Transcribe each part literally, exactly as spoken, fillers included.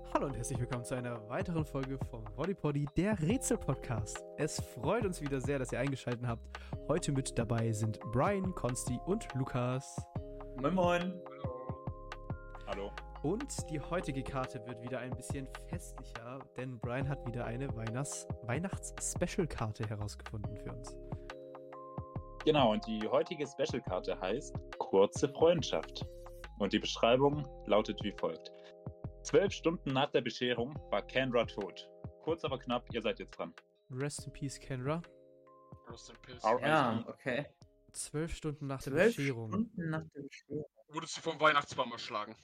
Hallo und herzlich willkommen zu einer weiteren Folge vom Bodypoddy, der Rätsel-Podcast. Es freut uns wieder sehr, dass ihr eingeschaltet habt. Heute mit dabei sind Brian, Konsti und Lukas. Moin Moin. Hallo. Und die heutige Karte wird wieder ein bisschen festlicher, denn Brian hat wieder eine Weihnachts- Weihnachts-Special-Karte herausgefunden für uns. Genau, und die heutige Special-Karte heißt Kurze Freundschaft. Und die Beschreibung lautet wie folgt. Zwölf Stunden nach der Bescherung war Kendra tot. Kurz aber knapp, ihr seid jetzt dran. Rest in Peace, Kendra. Rest in Peace. Alright. Ja, okay. Zwölf Stunden nach der Zwölf Bescherung. Stunden nach der Bescherung. Wurde sie vom Weihnachtsbaum erschlagen.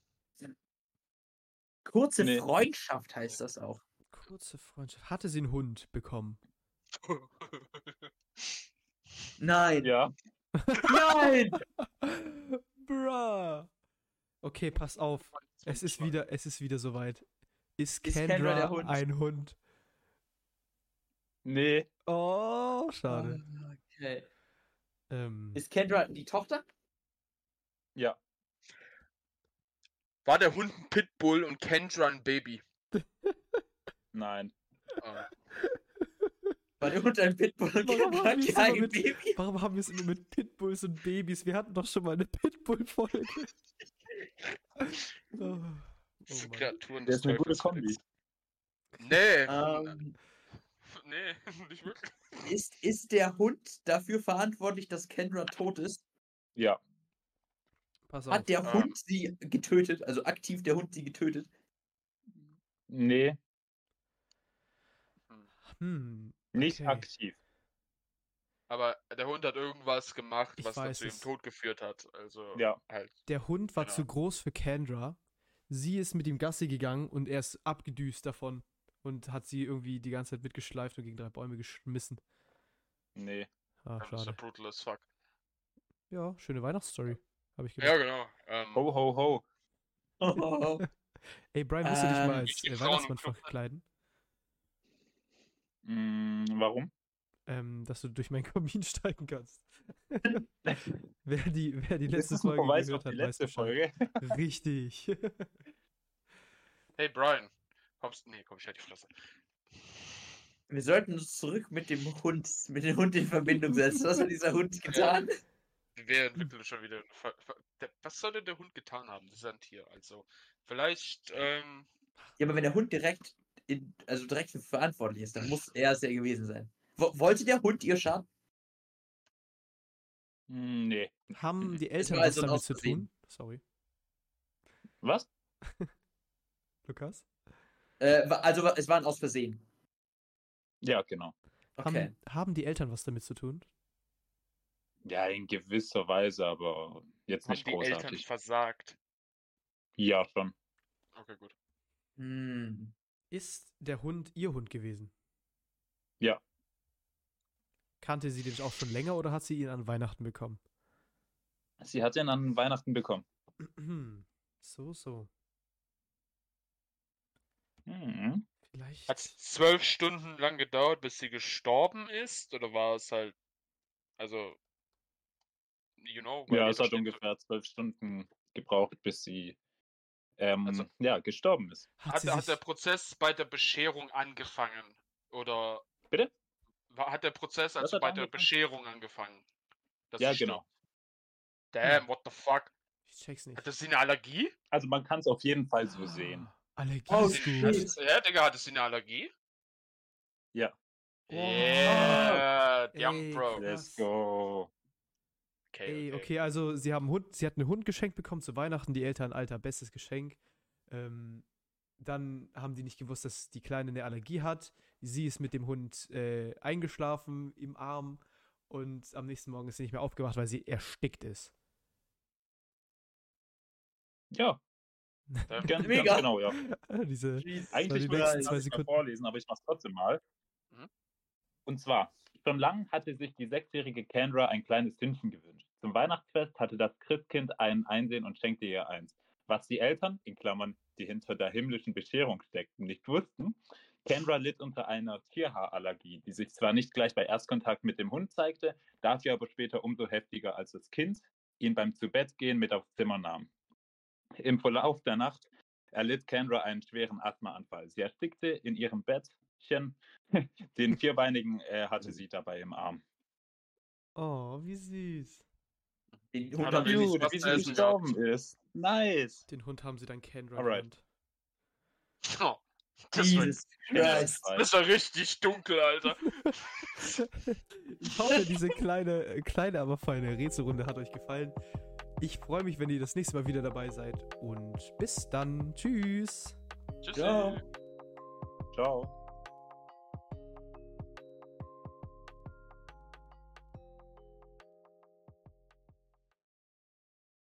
Kurze Nee. Freundschaft heißt das auch. Kurze Freundschaft. Hatte sie einen Hund bekommen? Nein. Ja, Nein. Bruh. Okay, pass auf. Es ist wieder, es ist wieder soweit. Ist Ist Kendra, Kendra der Hund? ein Hund? nee, Oh, schade. Okay. Ähm, Ist Kendra die Tochter? ja, War der Hund ein Pitbull und Kendra ein Baby? nein. Ah. War der Hund ein Pitbull und Warum Kendra haben wir es kein immer mit- Baby? warum haben wir es immer mit Pitbulls und Babys? Wir hatten doch schon mal eine Pitbull-Folge. Oh, oh Diese Mann. Kreaturen Das des ist eine gute Teufels. Kombi. Nee. Ähm, Nee, nicht wirklich. ist, ist der Hund dafür verantwortlich, dass Kendra tot ist? Ja, Pass auf. Hat der ähm. Hund sie getötet? Also aktiv der Hund sie getötet? nee, Hm, nicht okay. aktiv. Aber der Hund hat irgendwas gemacht, Ich was weiß dazu es. dem Tod geführt hat. Also Ja. halt. Der Hund war Genau. zu groß für Kendra. Sie ist mit ihm Gassi gegangen und er ist abgedüst davon und hat sie irgendwie die ganze Zeit mitgeschleift und gegen drei Bäume geschmissen. Nee. Ah, Das ist ja schade. brutal as fuck. Ja, schöne Weihnachtsstory, habe ich gedacht. Ja, genau. Ähm, Ho, ho, ho. Oh, Ey, Brian, willst du dich mal Ähm, als ich geb äh, Frauen Weihnachtsmann und Club, ne? verkleiden? Mm, warum? Ähm, dass du durch meinen Kamin steigen kannst. wer, die, wer die Ist letzte das ein Folge Verweis gehört auf die hat, weiß letzte Bescheid. Folge? Richtig. Hey Brian. Kommst. Nee, komm, ich halt die Fresse. Wir sollten uns zurück mit dem Hund, mit dem Hund in Verbindung setzen. Was hat dieser Hund getan? Wir entwickeln schon wieder. eine Ver Ver der, was soll denn der Hund getan haben? Das ist ein Tier. Also, vielleicht. Ähm, Ja, aber wenn der Hund direkt, in, also direkt für verantwortlich ist, dann muss er es ja gewesen sein. Wo, wollte der Hund ihr schaden? Mm, nee. Haben die Es Eltern war was also ein damit Aus zu Versehen. tun? Sorry. Was? Lukas? Äh, wa- also wa- es war ein Aus Versehen. Ja, genau. Okay. Haben, haben die Eltern was damit zu tun? Ja, in gewisser Weise, aber jetzt haben nicht die Eltern großartig. versagt? Ja, schon. Okay, gut. Hm. Ist der Hund ihr Hund gewesen? Ja. Kannte sie den auch schon länger oder hat sie ihn an Weihnachten bekommen? Sie hat ihn an Weihnachten bekommen. So, so. Mhm. Vielleicht. Hat es zwölf Stunden lang gedauert, bis sie gestorben ist? Oder war es halt. Also. You know? weil Ja, jeder es hat stirbt. ungefähr zwölf Stunden gebraucht, bis sie ähm, Also- ja, gestorben ist. Hat, Hat, sie der- hat der sich, Prozess bei der Bescherung angefangen? Oder. Bitte? War, hat der Prozess Was also hat bei der angefangen? Bescherung angefangen? Dass Ja, sie genau. stirbt? Damn, what the fuck? ich check's nicht. Hatte sie eine Allergie? Also man kann es auf jeden Fall so sehen. Allergie Oh, ist Sie- gut. shit. Ja, Digga, hatte sie eine Allergie? Ja. Yeah, damn, Ey, Bro. krass. Let's go. Okay, Ey, okay. okay, also sie haben Hund, sie hat einen Hund geschenkt bekommen zu Weihnachten, die Eltern, Alter, bestes Geschenk. Ähm, dann haben die nicht gewusst, dass die Kleine eine Allergie hat. Sie ist mit dem Hund äh, eingeschlafen im Arm und am nächsten Morgen ist sie nicht mehr aufgewacht, weil sie erstickt ist. Ja, Damn. ganz, Mega. ganz genau, ja. Diese, Jesus Eigentlich die würde nächsten ich zwei das mal Sekunden. vorlesen, aber ich mache es trotzdem mal. Mhm. Und zwar, schon lang hatte sich die sechsjährige Kendra ein kleines Hündchen gewünscht. Zum Weihnachtsfest hatte das Christkind einen einsehen und schenkte ihr eins. Was die Eltern, in Klammern, die hinter der himmlischen Bescherung steckten, nicht wussten, Kendra litt unter einer Tierhaarallergie, die sich zwar nicht gleich bei Erstkontakt mit dem Hund zeigte, dafür aber später umso heftiger, als das Kind ihn beim Zubettgehen mit aufs Zimmer nahm. Im Verlauf der Nacht erlitt Kendra einen schweren Asthmaanfall. Sie erstickte in ihrem Bettchen. Den Vierbeinigen äh, hatte sie dabei im Arm. Oh, wie süß. Den Hat Hund er haben wir wenigstens nicht was wie zu sie essen gestorben ist. Nice. Den Hund haben sie dann Kendra Alright. genannt. Oh, das war, Jesus Kendra Christ. zwei. das war richtig dunkel, Alter. Ich hoffe, diese kleine, äh, kleine, aber feine Rätselrunde hat euch gefallen. Ich freue mich, wenn ihr das nächste Mal wieder dabei seid. Und bis dann. Tschüss. Tschüssi. Ciao. Ciao.